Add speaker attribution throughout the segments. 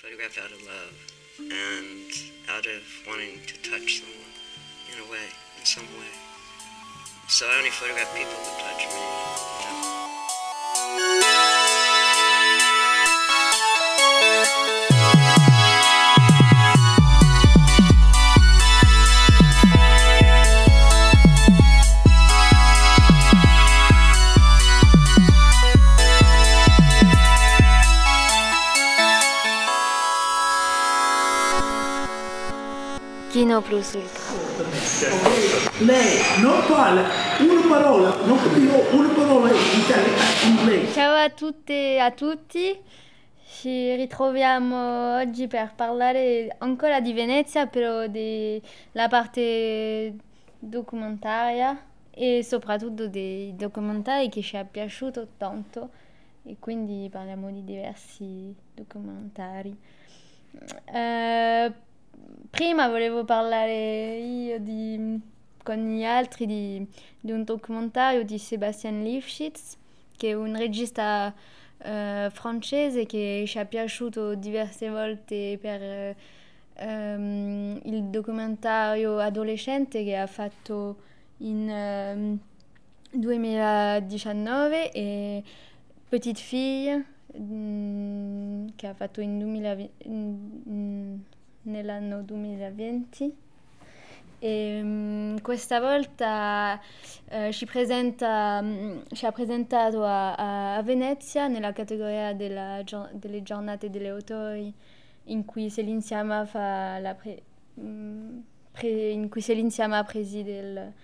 Speaker 1: photograph out of love and out of wanting to touch someone in a way, in some way. So I only photograph people who touch me.
Speaker 2: Kino Plus Ultra.
Speaker 3: Lei non parla una parola, non capivo una parola in inglese.
Speaker 2: Ciao a tutte e a tutti, ci ritroviamo oggi per parlare ancora di Venezia, però della parte documentaria e soprattutto dei documentari che ci è piaciuto tanto e quindi parliamo di diversi documentari. Prima volevo parlare io con gli altri di un documentario di Sebastian Lifshitz, che è un regista francese che ci è piaciuto diverse volte per il documentario adolescente che ha fatto in 2019 e Petite Fille che ha fatto nell'anno 2020 e questa volta ci ha presentato a Venezia nella categoria delle giornate degli autori in cui Céline Sciamma preside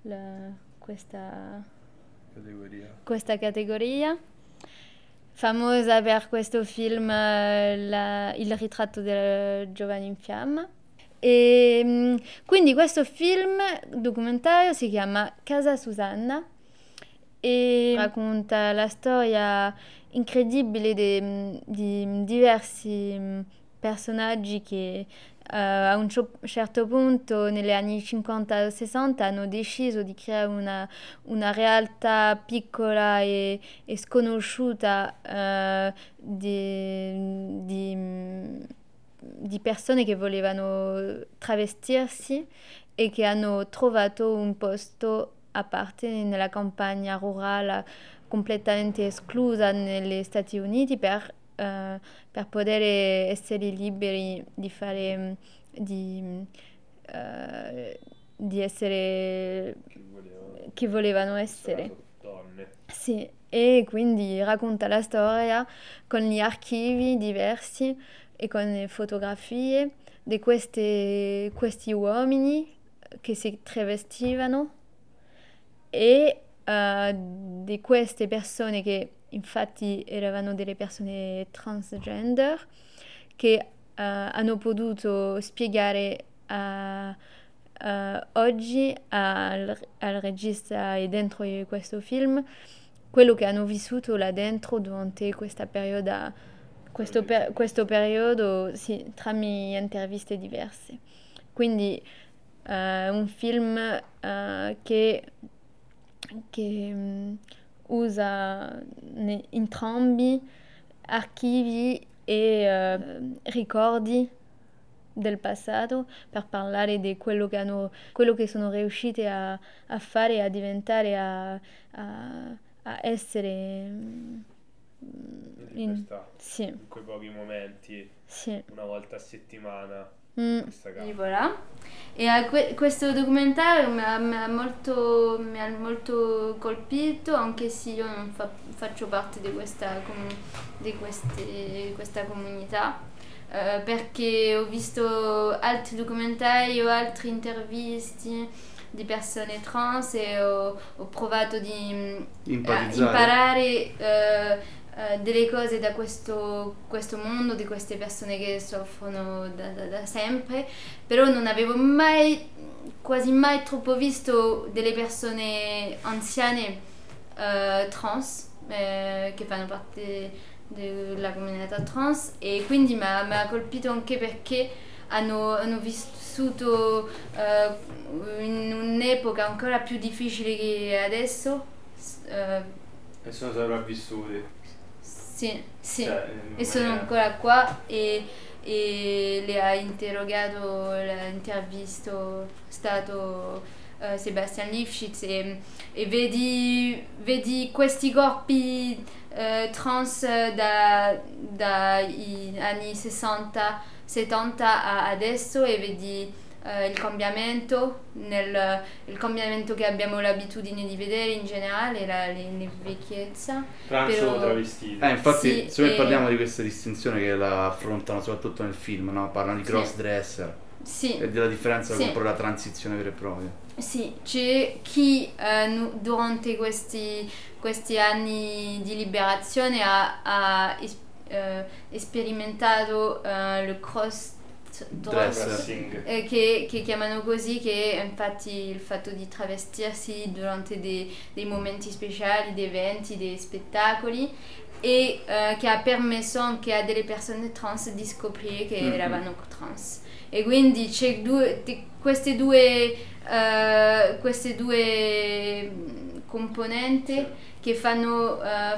Speaker 2: questa categoria. Famosa per questo film Il ritratto del giovane in fiamma. E quindi questo film documentario si chiama Casa Susanna e racconta la storia incredibile di diversi personaggi che a un certo punto negli anni 50-60 hanno deciso di creare una realtà piccola e sconosciuta di persone che volevano travestirsi e che hanno trovato un posto a parte nella campagna rurale completamente esclusa negli Stati Uniti per poter essere liberi di fare di essere chi volevano essere.
Speaker 4: Donne.
Speaker 2: Sì, e quindi racconta la storia con gli archivi diversi e con le fotografie di questi uomini che si travestivano e di queste persone che infatti erano delle persone transgender che hanno potuto spiegare oggi al regista e dentro di questo film quello che hanno vissuto là dentro durante questo periodo sì, tramite interviste diverse. Quindi un film che usa entrambi archivi e ricordi del passato per parlare di quello che sono riusciti a fare, a diventare, a essere
Speaker 4: in quei pochi momenti, una volta a settimana.
Speaker 2: Voilà. E questo documentario mi ha molto colpito, anche se io non faccio parte di questa comunità, perché ho visto altri documentari o altre interviste di persone trans e ho provato di imparare delle cose da questo mondo, di queste persone che soffrono da sempre, però non avevo quasi mai troppo visto delle persone anziane trans che fanno parte della comunità trans e quindi mi ha colpito anche perché hanno vissuto in un'epoca ancora più difficile che adesso
Speaker 4: e sono sopravvissuti.
Speaker 2: Sì, e sono ancora qua e e le ha interrogato, l'ha intervistato Sebastian Lifshitz e vedi questi corpi trans dagli anni 60, 70 a adesso e vedi il cambiamento che abbiamo l'abitudine di vedere in generale, la vecchiezza.
Speaker 4: Trans o travestiti.
Speaker 5: Infatti,
Speaker 2: Sì,
Speaker 5: se noi parliamo di questa distinzione che la affrontano soprattutto nel film, no? Parlano di cross-dresser e della differenza con la transizione vera e propria.
Speaker 2: Sì, c'è chi durante questi anni di liberazione ha sperimentato il
Speaker 5: Dressing.
Speaker 2: Che chiamano così, che è infatti il fatto di travestirsi durante dei momenti speciali, dei eventi, dei spettacoli e che ha permesso anche a delle persone trans di scoprire che eravano trans. E quindi c'è queste due componenti che danno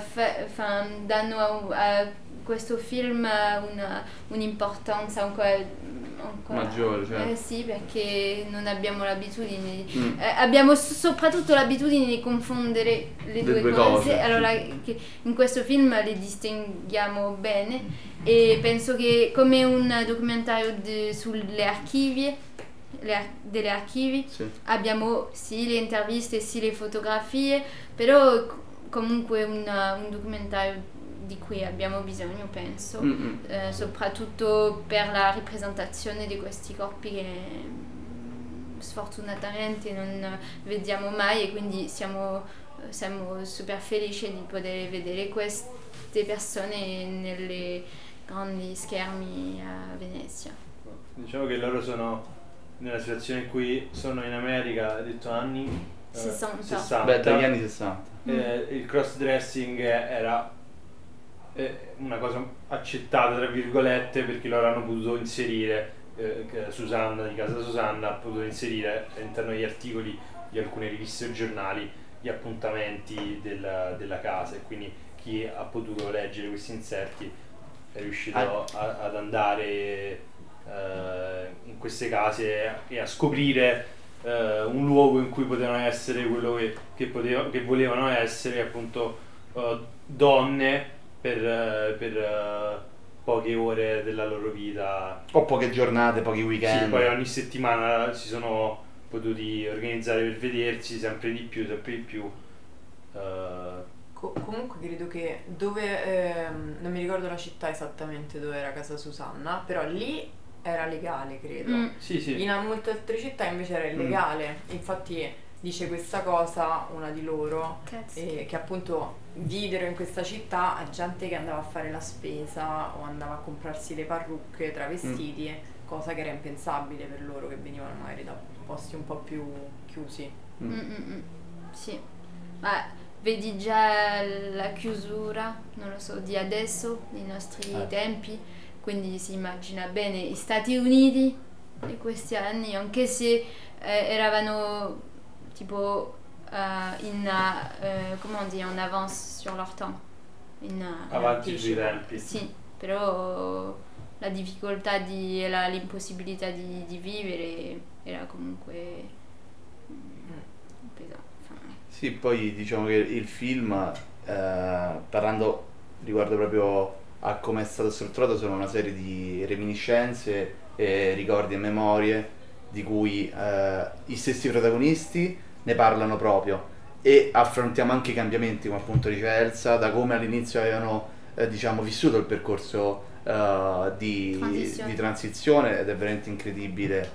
Speaker 2: a questo film un'importanza ancora
Speaker 5: maggiore,
Speaker 2: sì, perché non abbiamo l'abitudine abbiamo soprattutto l'abitudine di confondere le due cose. Allora che in questo film le distinguiamo bene e penso che come un documentario sulle archivi delle archivi abbiamo sì le interviste, sì le fotografie, però comunque un documentario di cui abbiamo bisogno, penso, soprattutto per la rappresentazione di questi corpi che sfortunatamente non vediamo mai e quindi siamo super felici di poter vedere queste persone nelle grandi schermi a Venezia.
Speaker 4: Diciamo che loro sono nella situazione in cui sono in America, ha detto anni 60.
Speaker 5: Beh, dagli anni 60.
Speaker 4: Il cross-dressing era una cosa accettata tra virgolette perché loro hanno potuto inserire Susanna di Casa Susanna ha potuto inserire all'interno degli articoli di alcune riviste o giornali gli appuntamenti della casa e quindi chi ha potuto leggere questi inserti è riuscito ad andare in queste case e a scoprire un luogo in cui potevano essere quello che volevano essere, appunto donne per poche ore della loro vita
Speaker 5: o poche giornate, pochi weekend.
Speaker 4: Sì, poi ogni settimana si sono potuti organizzare per vedersi sempre di più.
Speaker 6: Comunque credo che non mi ricordo la città esattamente dove era Casa Susanna, però lì era legale, credo.
Speaker 4: Sì.
Speaker 6: In molte altre città invece era illegale. Infatti dice questa cosa una di loro, che appunto videro in questa città gente che andava a fare la spesa o andava a comprarsi le parrucche travestiti, cosa che era impensabile per loro, che venivano magari da posti un po' più chiusi.
Speaker 2: Sì, ma vedi già la chiusura, non lo so, di adesso, dei nostri tempi, quindi si immagina bene gli Stati Uniti di questi anni, anche se eravano tipo comment on dit, en avance sur leur temps,
Speaker 4: avanti sui tempi.
Speaker 2: Sì, però la difficoltà e l'impossibilità di vivere era comunque pesante.
Speaker 5: Sì, poi diciamo che il film, parlando riguardo proprio a come è stato strutturato, sono una serie di reminiscenze, ricordi e memorie di cui i stessi protagonisti ne parlano proprio, e affrontiamo anche i cambiamenti, come appunto dice Elsa, da come all'inizio avevano diciamo vissuto il percorso di transizione, ed è veramente incredibile.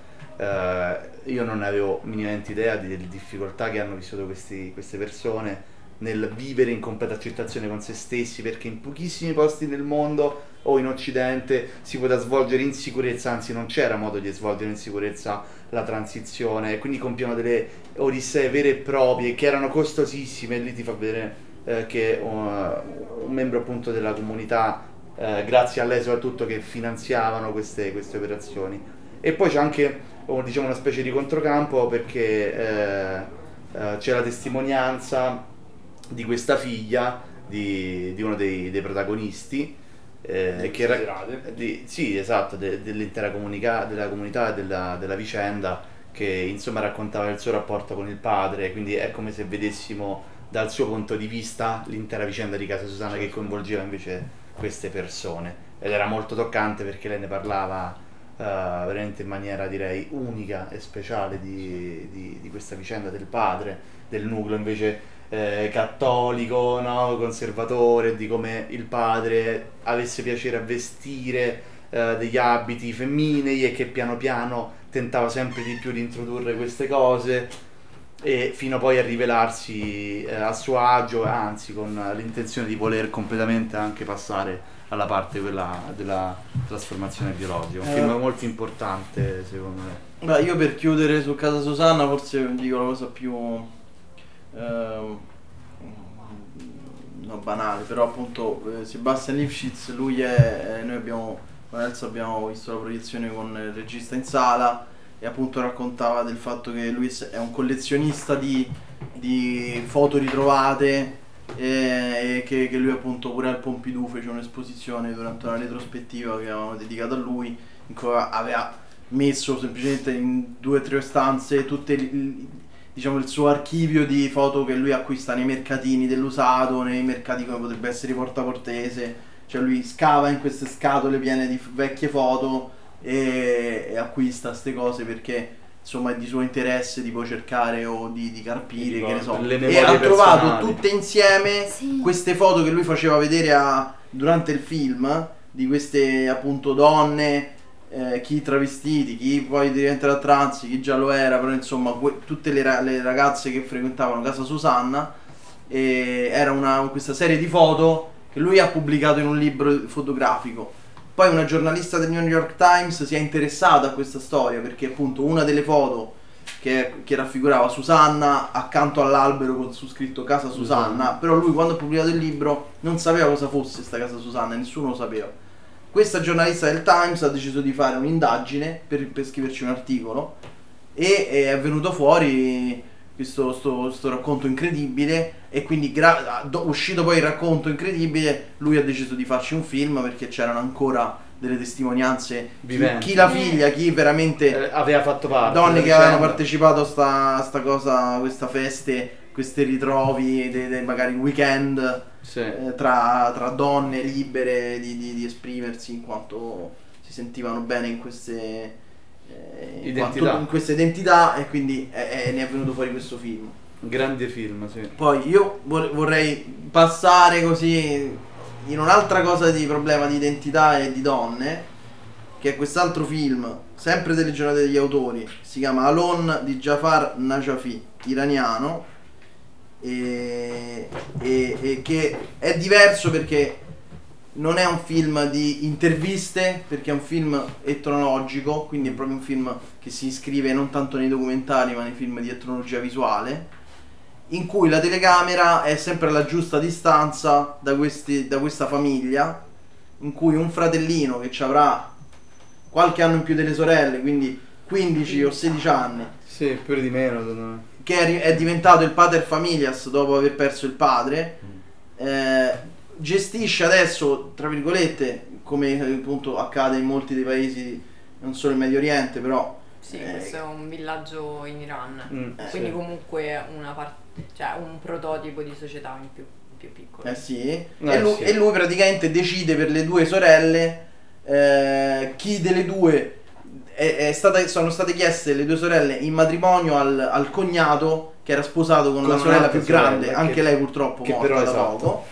Speaker 5: Io non avevo minimamente idea delle difficoltà che hanno vissuto queste persone nel vivere in completa accettazione con se stessi, perché in pochissimi posti nel mondo o in Occidente si poteva svolgere in sicurezza, anzi non c'era modo di svolgere in sicurezza la transizione, quindi compiono delle odissee vere e proprie che erano costosissime. E lì ti fa vedere che un membro appunto della comunità, grazie a lei soprattutto, che finanziavano queste operazioni. E poi c'è anche diciamo una specie di controcampo, perché c'è la testimonianza di questa figlia di uno dei protagonisti, sì, esatto, dell'intera della comunità e della vicenda, che insomma raccontava il suo rapporto con il padre, quindi è come se vedessimo dal suo punto di vista l'intera vicenda di Casa Susanna, che coinvolgeva invece queste persone, ed era molto toccante perché lei ne parlava veramente in maniera, direi, unica e speciale di questa vicenda del padre, del nucleo invece cattolico, no? Conservatore, di come il padre avesse piacere a vestire degli abiti femminili e che piano piano tentava sempre di più di introdurre queste cose, e fino poi a rivelarsi a suo agio, anzi con l'intenzione di voler completamente anche passare alla parte quella della trasformazione biologica. Un film molto importante secondo me.
Speaker 7: Beh, io per chiudere su Casa Susanna forse dico la cosa più non banale, però appunto Sebastian Lifshitz, lui noi con Elsa abbiamo visto la proiezione con il regista in sala, e appunto raccontava del fatto che lui è un collezionista di foto ritrovate, e che lui appunto pure al Pompidou fece un'esposizione durante una retrospettiva che avevano dedicato a lui, in cui aveva messo semplicemente in 2 o 3 stanze tutte diciamo il suo archivio di foto che lui acquista nei mercatini dell'usato, nei mercati come potrebbe essere Porta Portese, cioè lui scava in queste scatole piene di vecchie foto e acquista queste cose perché insomma è di suo interesse, tipo cercare o di carpire, che ne so, e ha trovato tutte insieme queste foto che lui faceva vedere durante il film, di queste appunto donne, chi travestiti, chi poi diventerà trans, chi già lo era, però insomma tutte le ragazze che frequentavano Casa Susanna, e era questa serie di foto che lui ha pubblicato in un libro fotografico. Poi una giornalista del New York Times si è interessata a questa storia perché appunto una delle foto che raffigurava Susanna accanto all'albero con su scritto Casa Susanna, però lui quando ha pubblicato il libro non sapeva cosa fosse sta Casa Susanna, nessuno lo sapeva. Questa giornalista del Times ha deciso di fare un'indagine per scriverci un articolo, e è venuto fuori questo racconto incredibile, e quindi uscito poi il racconto incredibile lui ha deciso di farci un film perché c'erano ancora delle testimonianze, chi la figlia, chi veramente
Speaker 5: aveva fatto parte,
Speaker 7: donne che avevano partecipato a sta cosa, questa feste, questi ritrovi magari weekend, tra donne libere di esprimersi in quanto si sentivano bene in queste identità, e quindi ne è venuto fuori questo film.
Speaker 5: Un grande film, sì.
Speaker 7: Poi io vorrei passare così in un'altra cosa di problema di identità e di donne, che è quest'altro film, sempre delle giornate degli autori, si chiama Alon di Jafar Najafi, iraniano, e che è diverso perché non è un film di interviste, perché è un film etnologico, quindi è proprio un film che si iscrive non tanto nei documentari ma nei film di etnologia visuale, in cui la telecamera è sempre alla giusta distanza da questa famiglia, in cui un fratellino che ci avrà qualche anno in più delle sorelle, quindi 15 o 16 anni,
Speaker 5: sì, più di meno,
Speaker 7: che è diventato il pater familias dopo aver perso il padre, gestisce adesso, tra virgolette, come appunto accade in molti dei paesi, non solo in Medio Oriente, però
Speaker 6: sì, questo è un villaggio in Iran, quindi comunque cioè un prototipo di società in più piccolo.
Speaker 7: E lui praticamente decide per le 2 sorelle chi delle 2 sono state chieste le 2 sorelle in matrimonio al cognato che era sposato con la sorella più grande, anche lei purtroppo morta da poco,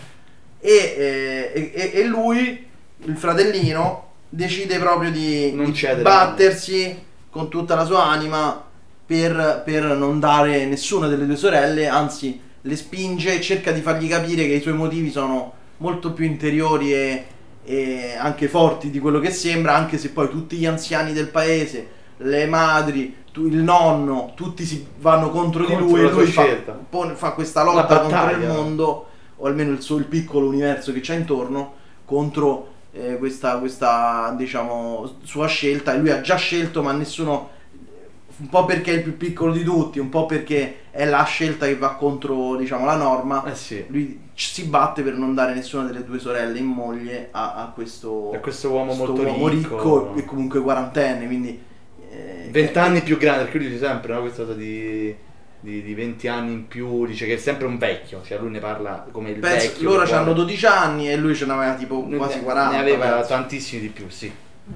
Speaker 7: e lui, il fratellino, decide proprio di battersi con tutta la sua anima per non dare nessuna delle 2 sorelle, anzi le spinge e cerca di fargli capire che i suoi motivi sono molto più interiori e anche forti di quello che sembra, anche se poi tutti gli anziani del paese, le madri, il nonno, tutti si vanno contro di lui, e lui fa questa lotta contro il mondo, o almeno il piccolo universo che c'è intorno, contro questa diciamo sua scelta, e lui ha già scelto ma nessuno un po' perché è il più piccolo di tutti, un po' perché è la scelta che va contro, diciamo, la norma.
Speaker 5: Sì.
Speaker 7: Lui si batte per non dare nessuna delle due sorelle in moglie a questo
Speaker 5: uomo molto
Speaker 7: ricco e comunque quarantenne, quindi
Speaker 5: 20 anni più grande, perché lui dice sempre, no, questa cosa di 20 anni in più, dice che è sempre un vecchio, cioè lui ne parla come il vecchio.
Speaker 7: Loro hanno 12 anni e lui ce n'aveva tipo quasi 40.
Speaker 5: Ne aveva tantissimi di più, sì.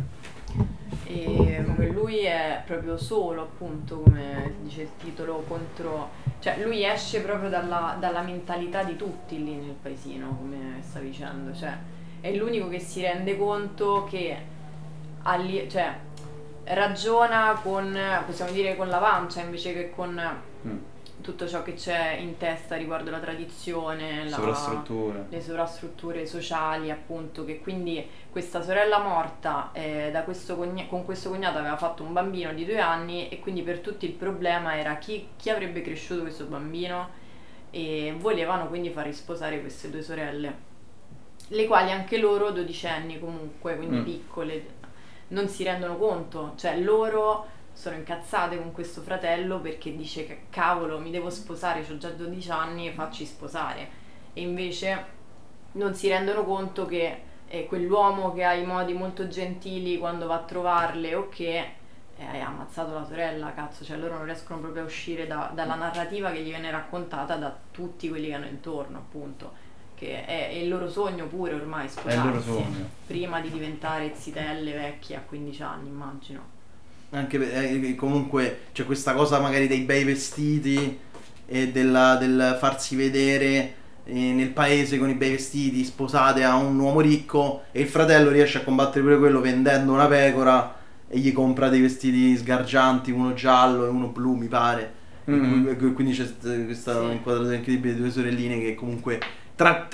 Speaker 6: E lui è proprio solo, appunto, come dice il titolo, contro, cioè lui esce proprio dalla mentalità di tutti lì nel paesino, come stavi dicendo, cioè è l'unico che si rende conto che cioè ragiona con, possiamo dire, con la pancia invece che con tutto ciò che c'è in testa riguardo la tradizione, le sovrastrutture sociali, appunto, che quindi questa sorella morta con questo cognato aveva fatto un bambino di 2 anni e quindi per tutti il problema era chi avrebbe cresciuto questo bambino, e volevano quindi far risposare queste 2 sorelle, le quali anche loro 12enni comunque, quindi piccole, non si rendono conto, cioè loro sono incazzate con questo fratello perché dice che cavolo, mi devo sposare, ho già 12 anni e facci sposare, e invece non si rendono conto che quell'uomo che ha i modi molto gentili quando va a trovarle o che ha ammazzato la sorella, cazzo, cioè loro non riescono proprio a uscire dalla narrativa che gli viene raccontata da tutti quelli che hanno intorno, appunto, che è il loro sogno pure ormai, sposarsi prima di diventare zitelle vecchie a 15 anni, immagino.
Speaker 7: Anche comunque c'è questa cosa magari dei bei vestiti e del farsi vedere nel paese con i bei vestiti, sposate a un uomo ricco, e il fratello riesce a combattere pure quello vendendo una pecora e gli compra dei vestiti sgargianti, uno giallo e uno blu mi pare. Quindi c'è questa inquadratura incredibile di 2 sorelline che comunque tra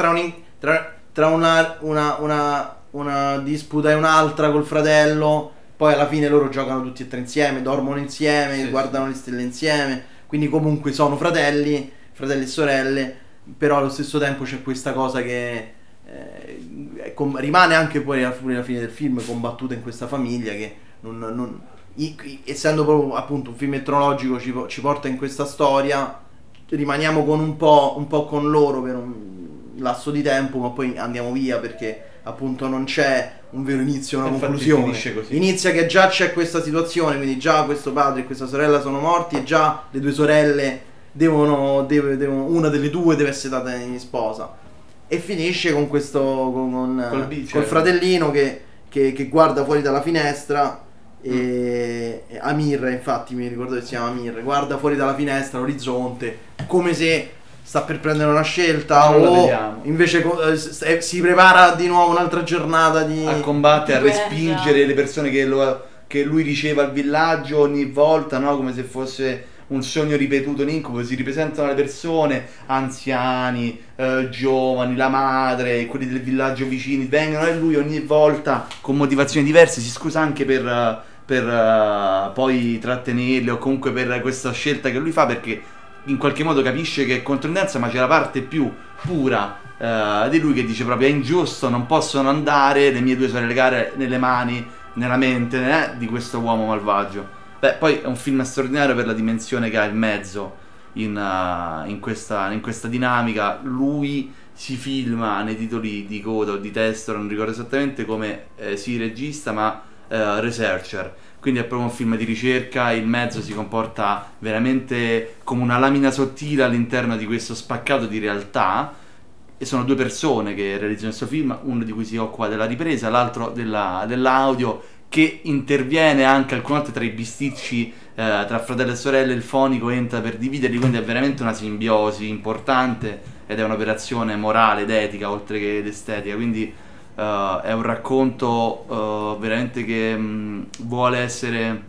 Speaker 7: una disputa e un'altra col fratello, poi alla fine loro giocano tutti e 3 insieme, dormono insieme, guardano le stelle insieme, quindi comunque sono fratelli e sorelle, però allo stesso tempo c'è questa cosa che rimane anche poi alla fine del film combattuta in questa famiglia, che essendo proprio appunto un film etnologico ci porta in questa storia, rimaniamo con un po' con loro per un lasso di tempo, ma poi andiamo via perché appunto non c'è un vero inizio e una conclusione. Inizia che già c'è questa situazione, quindi già questo padre e questa sorella sono morti e già le 2 sorelle devono una delle 2 deve essere data in sposa, e finisce con questo col fratellino che guarda fuori dalla finestra e Amir, infatti mi ricordo che si chiama Amir, guarda fuori dalla finestra l'orizzonte come se sta per prendere una scelta o invece si prepara di nuovo un'altra giornata a combattere, a respingere le persone che lui riceve al villaggio ogni volta, no? Come se fosse un sogno ripetuto, un incubo. Si ripresentano le persone, anziani, giovani, la madre, quelli del villaggio vicini, vengono e lui ogni volta con motivazioni diverse si scusa anche per poi trattenerli, o comunque per questa scelta che lui fa, perché in qualche modo capisce che è controtendenza, ma c'è la parte più pura di lui che dice proprio è ingiusto, non possono andare le mie 2 sorelle care nelle mani, nella mente di questo uomo malvagio. Beh, poi è un film straordinario per la dimensione che ha il mezzo in questa dinamica. Lui si filma nei titoli di coda o di testo, non ricordo esattamente come si regista, ma researcher, quindi è proprio un film di ricerca. Il mezzo si comporta veramente come una lamina sottile all'interno di questo spaccato di realtà, e sono 2 persone che realizzano questo film, uno di cui si occupa della ripresa, l'altro dell'audio, che interviene anche alcune volte tra i bisticci tra fratello e sorelle, il fonico entra per dividerli, quindi è veramente una simbiosi importante ed è un'operazione morale ed etica oltre che estetica, quindi è un racconto veramente che vuole essere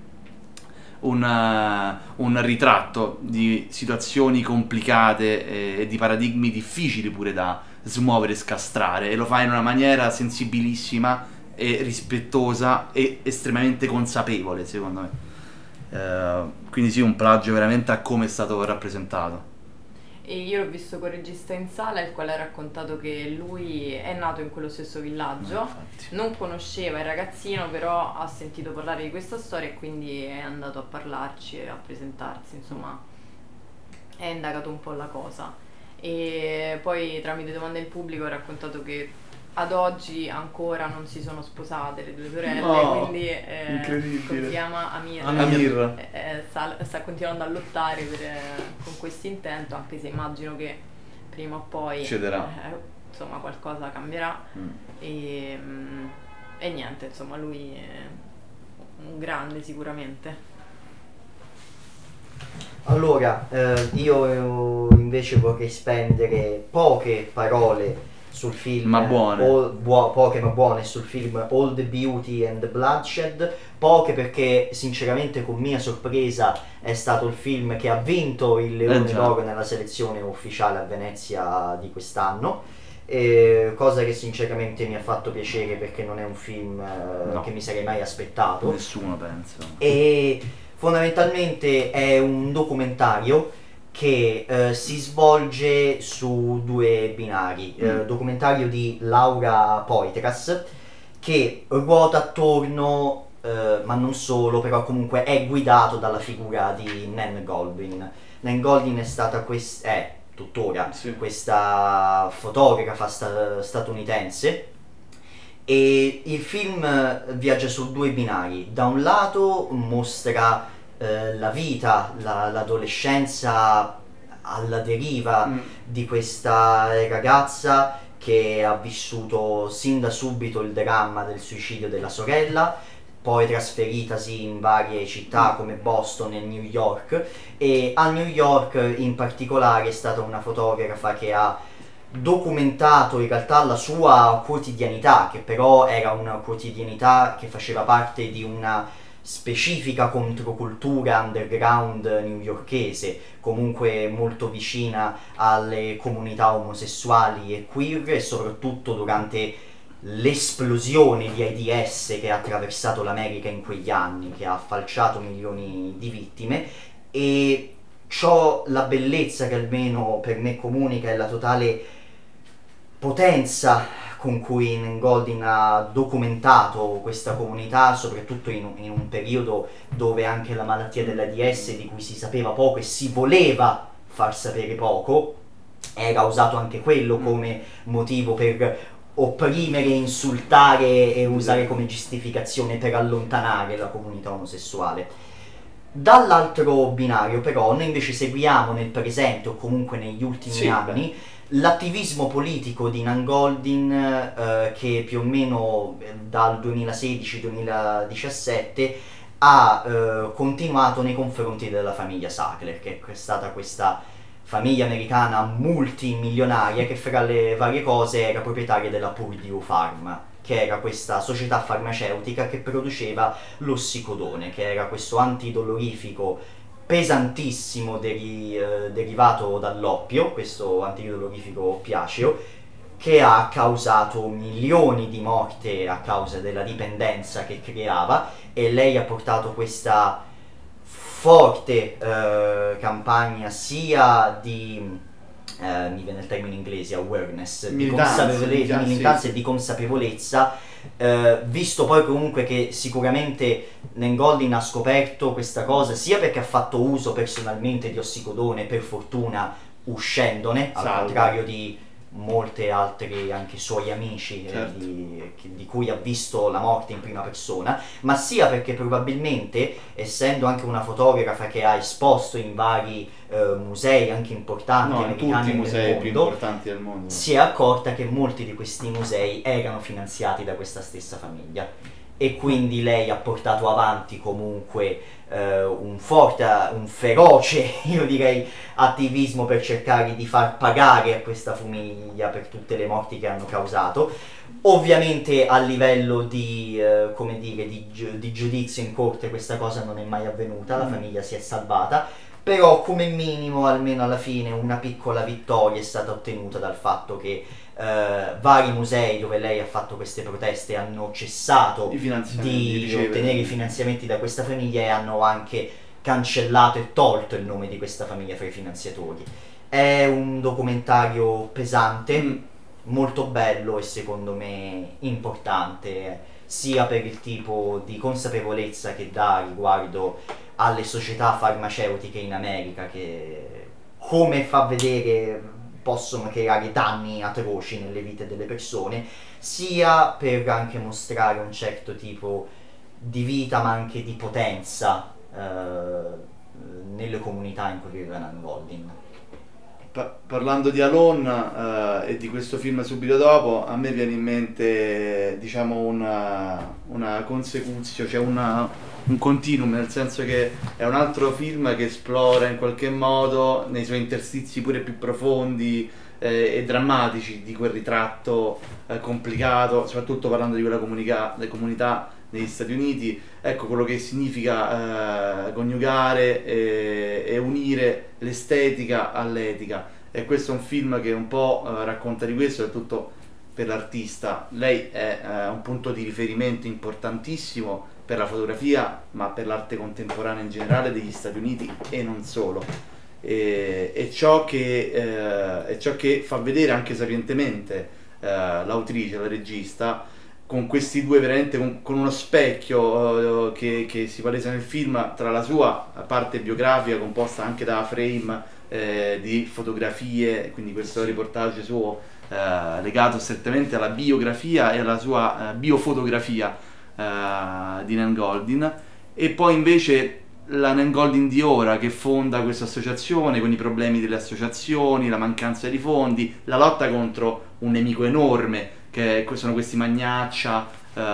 Speaker 7: un ritratto di situazioni complicate e di paradigmi difficili pure da smuovere e scastrare, e lo fa in una maniera sensibilissima e rispettosa e estremamente consapevole, secondo me. Quindi sì, un plagio veramente a come è stato rappresentato.
Speaker 6: e io l'ho visto con il regista in sala, il quale ha raccontato che lui è nato in quello stesso villaggio, non conosceva il ragazzino, però ha sentito parlare di questa storia e quindi è andato a parlarci e a presentarsi, insomma è indagato un po' la cosa. E poi tramite domande del pubblico ha raccontato che ad oggi ancora non si sono sposate le due sorelle, quindi si chiama Amir. Sta continuando a lottare con questo intento, anche se immagino che prima o poi insomma qualcosa cambierà. E niente, insomma lui è un grande sicuramente.
Speaker 8: Allora, io invece vorrei spendere poche parole sul film,
Speaker 5: ma buone,
Speaker 8: poche ma buone sul film All the Beauty and the Bloodshed, poche perché sinceramente con mia sorpresa è stato il film che ha vinto il Leone d'Oro nella selezione ufficiale a Venezia di quest'anno, cosa che sinceramente mi ha fatto piacere perché non è un film che mi sarei mai aspettato.
Speaker 5: Nessuno pensa.
Speaker 8: E fondamentalmente è un documentario che si svolge su due binari, documentario di Laura Poitras che ruota attorno, ma non solo, però comunque è guidato dalla figura di Nan Goldin. Nan Goldin è stata tuttora questa fotografa statunitense, e il film viaggia su due binari. Da un lato mostra la vita, l'adolescenza alla deriva di questa ragazza che ha vissuto sin da subito il dramma del suicidio della sorella, poi trasferitasi in varie città come Boston e New York, e a New York in particolare è stata una fotografa che ha documentato in realtà la sua quotidianità, che però era una quotidianità che faceva parte di una specifica controcultura underground newyorkese, comunque molto vicina alle comunità omosessuali e queer, e soprattutto durante l'esplosione di AIDS che ha attraversato l'America in quegli anni, che ha falciato milioni di vittime. E ciò, la bellezza che almeno per me comunica è la totale potenza con cui Nan Goldin ha documentato questa comunità, soprattutto in un periodo dove anche la malattia dell'AIDS, di cui si sapeva poco e si voleva far sapere poco, era usato anche quello come motivo per opprimere, insultare e usare come giustificazione per allontanare la comunità omosessuale. Dall'altro binario però noi invece seguiamo nel presente o comunque negli ultimi anni l'attivismo politico di Nan Goldin, che più o meno dal 2016-2017 ha continuato nei confronti della famiglia Sackler, che è stata questa famiglia americana multimilionaria che fra le varie cose era proprietaria della Purdue Pharma, che era questa società farmaceutica che produceva l'ossicodone, che era questo antidolorifico pesantissimo derivato dall'oppio, questo antidolorifico oppiaceo, che ha causato milioni di morti a causa della dipendenza che creava, e lei ha portato questa forte campagna sia di mi viene il termine inglese, awareness, di militanza e di consapevolezza, visto poi comunque che sicuramente Nan Goldin ha scoperto questa cosa sia perché ha fatto uso personalmente di ossicodone, per fortuna uscendone, al contrario di molti altri anche suoi amici, di cui ha visto la morte in prima persona, ma sia perché probabilmente, essendo anche una fotografa che ha esposto in vari musei anche importanti americani,
Speaker 5: tutti i musei più importanti del mondo,
Speaker 8: si è accorta che molti di questi musei erano finanziati da questa stessa famiglia, e quindi lei ha portato avanti comunque un feroce, io direi, attivismo per cercare di far pagare a questa famiglia per tutte le morti che hanno causato. Ovviamente a livello di giudizio in corte questa cosa non è mai avvenuta, la famiglia si è salvata, però come minimo almeno alla fine una piccola vittoria è stata ottenuta dal fatto che vari musei dove lei ha fatto queste proteste hanno cessato di ottenere i finanziamenti da questa famiglia e hanno anche cancellato e tolto il nome di questa famiglia fra i finanziatori. È un documentario pesante, molto bello e secondo me importante, sia per il tipo di consapevolezza che dà riguardo alle società farmaceutiche in America, che come fa vedere possono creare danni atroci nelle vite delle persone, sia per anche mostrare un certo tipo di vita ma anche di potenza nelle comunità in cui vive Nan Goldin.
Speaker 5: Parlando di Alone e di questo film subito dopo, a me viene in mente diciamo una consecuzione, cioè un continuum, nel senso che è un altro film che esplora in qualche modo nei suoi interstizi pure più profondi e drammatici di quel ritratto complicato, soprattutto parlando di quella comunità negli Stati Uniti, ecco quello che significa coniugare e unire l'estetica all'etica, e questo è un film che un po' racconta di questo, soprattutto per l'artista. Lei è un punto di riferimento importantissimo per la fotografia, ma per l'arte contemporanea in generale degli Stati Uniti e non solo, e ciò che fa vedere anche sapientemente l'autrice, la regista, con questi due veramente con uno specchio che si palesa nel film tra la sua parte biografica composta anche da frame di fotografie, quindi questo reportage suo legato strettamente alla biografia e alla sua biofotografia di Nan Goldin, e poi invece la Nan Goldin di ora, che fonda questa associazione con i problemi delle associazioni, la mancanza di fondi, la lotta contro un nemico enorme che sono questi magnaccia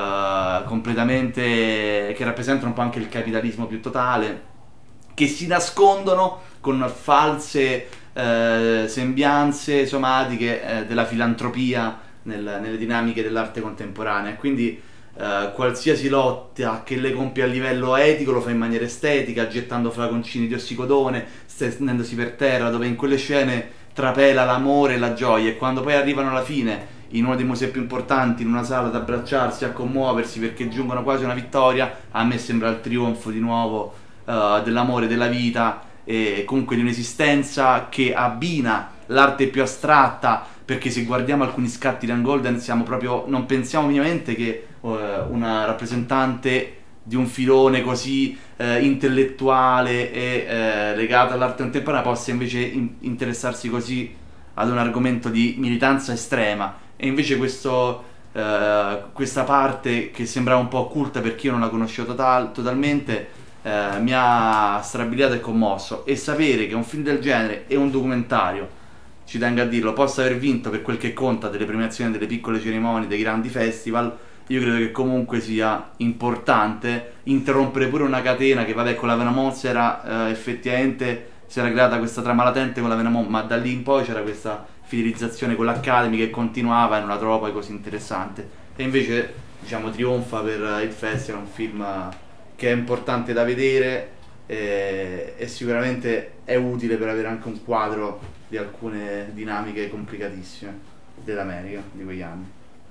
Speaker 5: completamente, che rappresentano un po' anche il capitalismo più totale, che si nascondono con false sembianze somatiche della filantropia nelle dinamiche dell'arte contemporanea. Quindi qualsiasi lotta che lei compie a livello etico lo fa in maniera estetica, gettando flaconcini di ossicodone, stendendosi per terra, dove in quelle scene trapela l'amore e la gioia, e quando poi arrivano alla fine in uno dei musei più importanti, in una sala, ad abbracciarsi, a commuoversi perché giungono quasi a una vittoria, a me sembra il trionfo di nuovo dell'amore, della vita e comunque di un'esistenza che abbina l'arte più astratta, perché se guardiamo alcuni scatti di Nan Goldin non pensiamo minimamente che una rappresentante di un filone così intellettuale e legato all'arte contemporanea possa invece interessarsi così ad un argomento di militanza estrema. E invece questa parte che sembrava un po' occulta perché io non la conoscevo totalmente mi ha strabiliato e commosso, e sapere che un film del genere e un documentario, ci tengo a dirlo, possa aver vinto per quel che conta delle premiazioni, delle piccole cerimonie, dei grandi festival, io credo che comunque sia importante interrompere pure una catena che, vabbè, con la Venomons era effettivamente si era creata questa trama latente con la Venomons, ma da lì in poi c'era questa fidelizzazione con l'Academy che continuava e non la trovo poi così interessante, e invece diciamo trionfa per il festival, un film che è importante da vedere e sicuramente è utile per avere anche un quadro di alcune dinamiche complicatissime dell'America di quegli anni.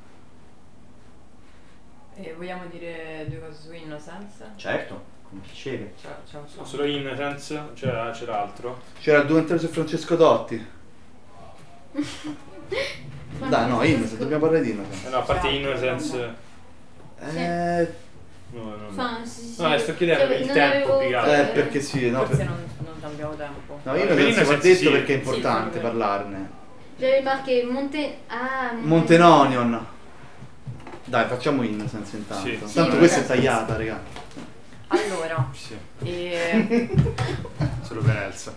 Speaker 6: E vogliamo dire due cose su Innocence?
Speaker 8: Certo, con piacere.
Speaker 4: Solo Innocence? C'era altro?
Speaker 5: C'era il documentario su Francesco Totti. Dai, no, Innocence, dobbiamo parlare di Innocence.
Speaker 4: No, a parte Innocence. No, sto chiedendo il tempo più che altro.
Speaker 5: Perché sì, no,
Speaker 6: forse non abbiamo tempo.
Speaker 5: No, Innocence va detto perché è importante parlarne.
Speaker 2: J'avais marqué
Speaker 5: Montenonion. Dai, facciamo Innocence intanto.
Speaker 4: Sì.
Speaker 5: Tanto questa è tagliata, raga.
Speaker 6: Allora,
Speaker 4: Sì.
Speaker 6: e...
Speaker 4: Solo per Elsa.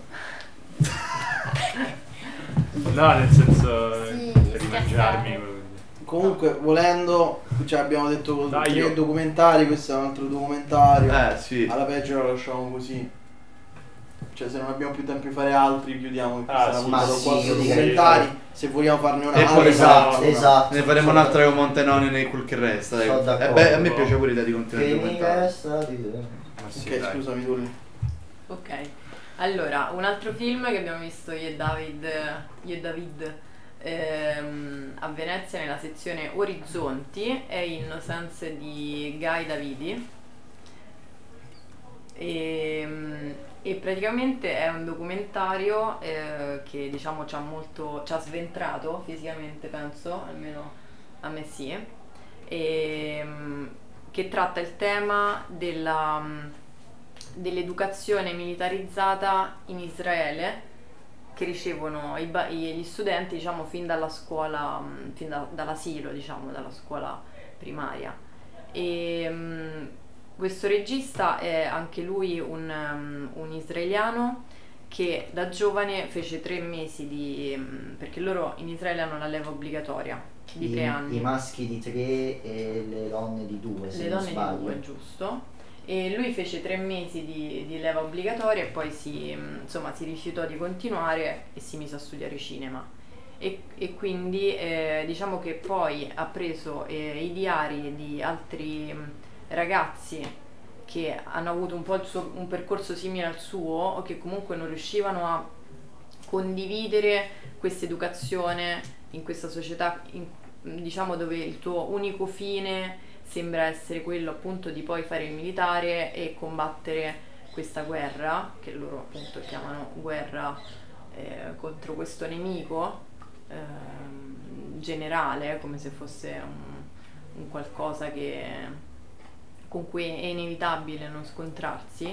Speaker 4: No, nel senso per rimangiarmi quello che...
Speaker 7: Comunque, volendo, cioè abbiamo detto
Speaker 4: Dai,
Speaker 7: tre documentari, questo è un altro documentario.
Speaker 5: Sì.
Speaker 7: Alla peggio la lasciamo così. Cioè, se non abbiamo più tempo di fare altri, chiudiamo.
Speaker 4: Sì.
Speaker 8: Ma
Speaker 7: Quattro
Speaker 8: sì, io direi
Speaker 7: documentari.
Speaker 4: sì.
Speaker 7: Se vogliamo farne un
Speaker 5: E
Speaker 7: altro.
Speaker 5: poi
Speaker 8: esatto.
Speaker 5: Ne faremo un'altra con Montenonion e quel che resta. Dai.
Speaker 8: Sono d'accordo.
Speaker 5: A me piace pure l'idea di continuare
Speaker 8: Che
Speaker 5: il
Speaker 8: mi
Speaker 5: documentario.
Speaker 8: resta di te.
Speaker 4: Ma sì,
Speaker 7: Ok,
Speaker 4: dai.
Speaker 7: scusami, Tulli.
Speaker 6: Ok, allora, un altro film che abbiamo visto io e David a Venezia nella sezione Orizzonti è Innocence di Guy Davidi. E praticamente è un documentario che diciamo ci ha sventrato fisicamente, penso, almeno a me sì, che tratta il tema dell'educazione militarizzata in Israele che ricevono gli studenti, diciamo, fin dalla scuola, dall'asilo, diciamo, dalla scuola primaria. Questo regista è anche lui un israeliano che da giovane fece 3 mesi perché loro in Israele hanno la leva obbligatoria di 3 anni.
Speaker 8: I maschi di 3 e le donne di 2, se non sbaglio.
Speaker 6: Di 2, giusto. E lui fece 3 mesi di leva obbligatoria e poi si rifiutò di continuare e si mise a studiare cinema. E quindi diciamo che poi ha preso i diari di altri ragazzi che hanno avuto un po' un percorso simile al suo o che comunque non riuscivano a condividere questa educazione in questa società, diciamo, dove il tuo unico fine sembra essere quello appunto di poi fare il militare e combattere questa guerra, che loro appunto chiamano guerra contro questo nemico generale, come se fosse un qualcosa con cui è inevitabile non scontrarsi.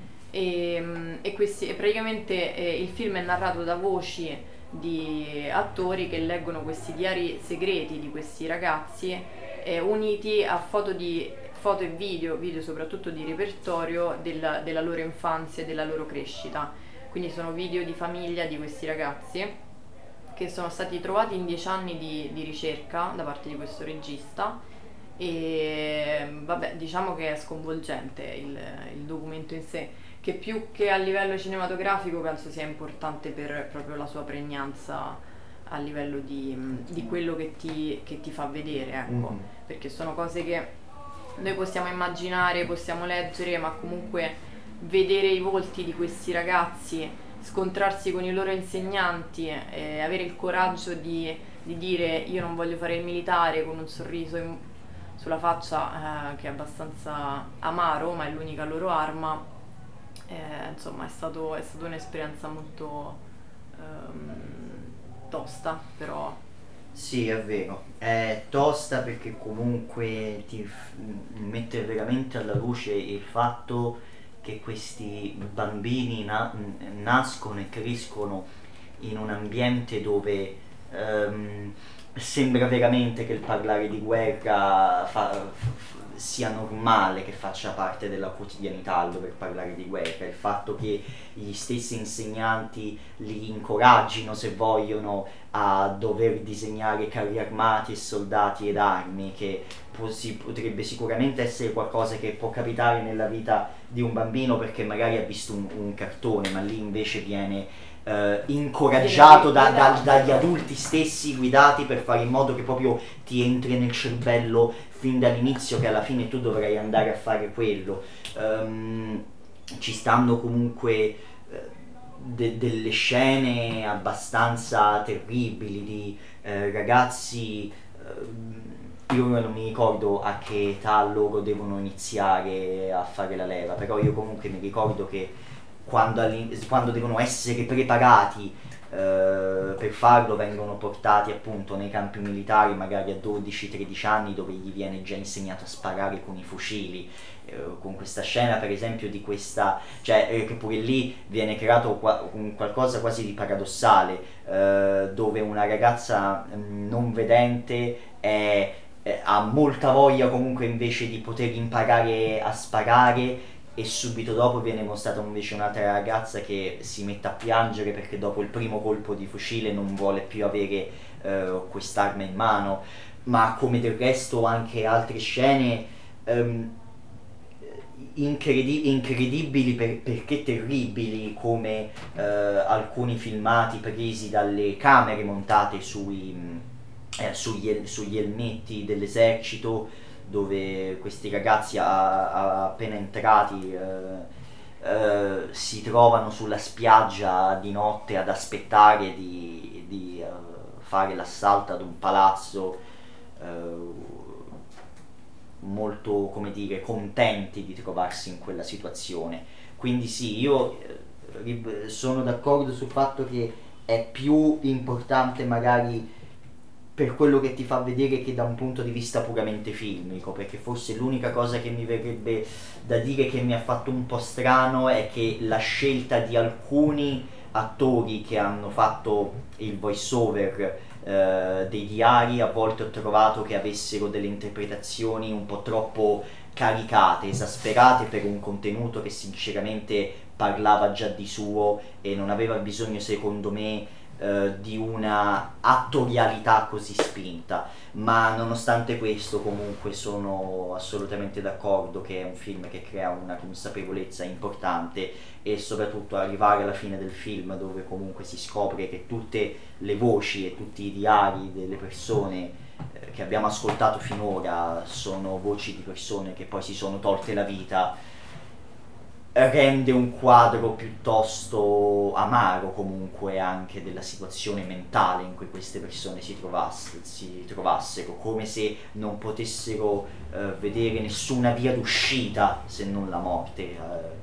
Speaker 6: E praticamente il film è narrato da voci di attori che leggono questi diari segreti di questi ragazzi uniti a foto e video soprattutto di repertorio della loro infanzia e della loro crescita. Quindi sono video di famiglia di questi ragazzi che sono stati trovati in 10 anni di ricerca da parte di questo regista. E vabbè, diciamo che è sconvolgente il documento in sé, che più che a livello cinematografico penso sia importante per proprio la sua pregnanza a livello di quello che ti fa vedere, ecco. Perché sono cose che noi possiamo immaginare, possiamo leggere, ma comunque vedere i volti di questi ragazzi, scontrarsi con i loro insegnanti, avere il coraggio di dire io non voglio fare il militare con un sorriso sulla faccia che è abbastanza amaro, ma è l'unica loro arma. Insomma, è stato un'esperienza molto tosta, però.
Speaker 8: Sì, è vero, è tosta perché comunque ti mette veramente alla luce il fatto che questi bambini nascono e crescono in un ambiente dove sembra veramente che il parlare di guerra sia normale, che faccia parte della quotidianità il dover parlare di guerra. Il fatto che gli stessi insegnanti li incoraggino, se vogliono, a dover disegnare carri armati e soldati ed armi, che potrebbe sicuramente essere qualcosa che può capitare nella vita di un bambino perché magari ha visto un cartone, ma lì invece viene incoraggiato dagli adulti stessi, guidati per fare in modo che proprio ti entri nel cervello fin dall'inizio che alla fine tu dovrai andare a fare quello. Ci stanno comunque delle scene abbastanza terribili di ragazzi, io non mi ricordo a che età loro devono iniziare a fare la leva, però io comunque mi ricordo che quando devono essere preparati per farlo vengono portati appunto nei campi militari magari a 12-13 anni, dove gli viene già insegnato a sparare con i fucili, con questa scena per esempio di questa, cioè che pure lì viene creato qualcosa quasi di paradossale, dove una ragazza non vedente ha molta voglia comunque invece di poter imparare a sparare, e subito dopo viene mostrata invece un'altra ragazza che si mette a piangere perché dopo il primo colpo di fucile non vuole più avere quest'arma in mano. Ma come del resto anche altre scene incredibili perché terribili, come alcuni filmati presi dalle camere montate sugli elmetti dell'esercito, dove questi ragazzi appena entrati si trovano sulla spiaggia di notte ad aspettare di fare l'assalto ad un palazzo molto, come dire, contenti di trovarsi in quella situazione. Quindi sì, io sono d'accordo sul fatto che è più importante magari per quello che ti fa vedere che da un punto di vista puramente filmico, perché forse l'unica cosa che mi verrebbe da dire che mi ha fatto un po' strano è che la scelta di alcuni attori che hanno fatto il voice over dei diari, a volte ho trovato che avessero delle interpretazioni un po' troppo caricate, esasperate per un contenuto che sinceramente parlava già di suo e non aveva bisogno, secondo me, di una attorialità così spinta. Ma nonostante questo comunque sono assolutamente d'accordo che è un film che crea una consapevolezza importante, e soprattutto arrivare alla fine del film dove comunque si scopre che tutte le voci e tutti i diari delle persone che abbiamo ascoltato finora sono voci di persone che poi si sono tolte la vita, rende un quadro piuttosto amaro comunque anche della situazione mentale in cui queste persone si trovassero, come se non potessero vedere nessuna via d'uscita se non la morte,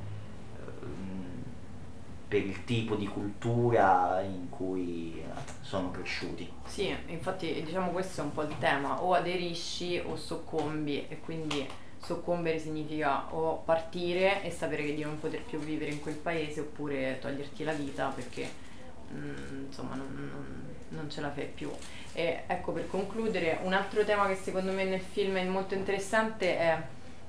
Speaker 8: per il tipo di cultura in cui sono cresciuti.
Speaker 6: Sì, infatti diciamo questo è un po' il tema: o aderisci o soccombi, e quindi soccombere significa o partire e sapere che di non poter più vivere in quel paese, oppure toglierti la vita perché insomma non ce la fai più. E ecco, per concludere, un altro tema che secondo me nel film è molto interessante è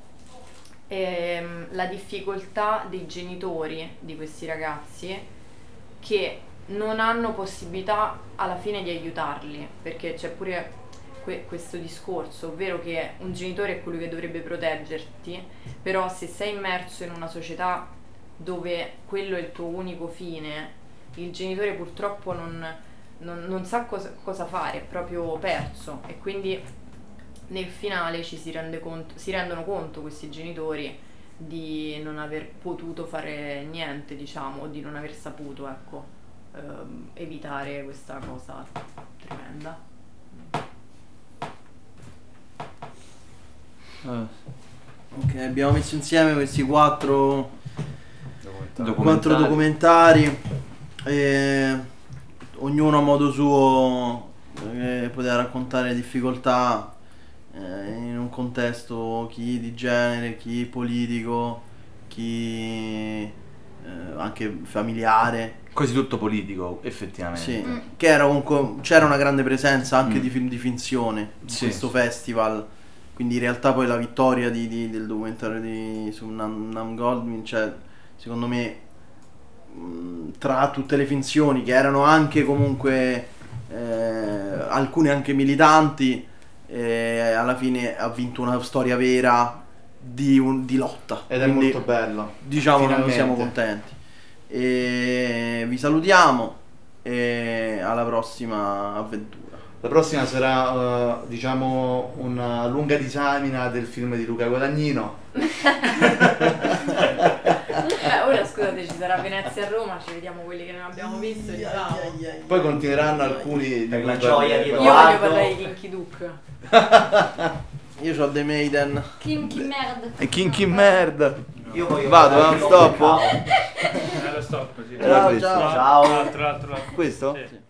Speaker 6: la difficoltà dei genitori di questi ragazzi, che non hanno possibilità alla fine di aiutarli, perché c'è pure questo discorso, ovvero che un genitore è colui che dovrebbe proteggerti, però se sei immerso in una società dove quello è il tuo unico fine, il genitore purtroppo non sa cosa fare, è proprio perso, e quindi nel finale si rendono conto questi genitori di non aver potuto fare niente, diciamo, o di non aver saputo, ecco, evitare questa cosa tremenda.
Speaker 7: Ok, abbiamo messo insieme questi quattro documentari, ognuno a modo suo poteva raccontare difficoltà in un contesto, chi di genere, chi politico, chi anche familiare.
Speaker 5: Quasi tutto politico, effettivamente.
Speaker 7: Sì, che era comunque, c'era una grande presenza anche di film di finzione in questo festival. Quindi in realtà poi la vittoria del documentario su Nam Goldwyn, cioè, secondo me, tra tutte le finzioni che erano anche comunque alcune anche militanti, alla fine ha vinto una storia vera di lotta.
Speaker 5: Ed
Speaker 7: quindi,
Speaker 5: è molto bello.
Speaker 7: Diciamo che noi siamo contenti. E vi salutiamo e alla prossima avventura.
Speaker 5: La prossima sarà, diciamo, una lunga disamina del film di Luca Guadagnino.
Speaker 6: Ora scusate, ci sarà Venezia a Roma, ci vediamo quelli che non abbiamo visto.
Speaker 5: Poi continueranno alcuni
Speaker 8: per la gioia di
Speaker 6: Io voglio parlare di Kinky Duke.
Speaker 7: Io ho The Maiden.
Speaker 2: Kinky Merd.
Speaker 5: E Kinky Merd.
Speaker 8: Io voglio
Speaker 5: vado, stop?
Speaker 4: Lo stop così.
Speaker 7: Ciao.
Speaker 8: Ciao.
Speaker 4: L'altro.
Speaker 5: Questo?
Speaker 4: Sì.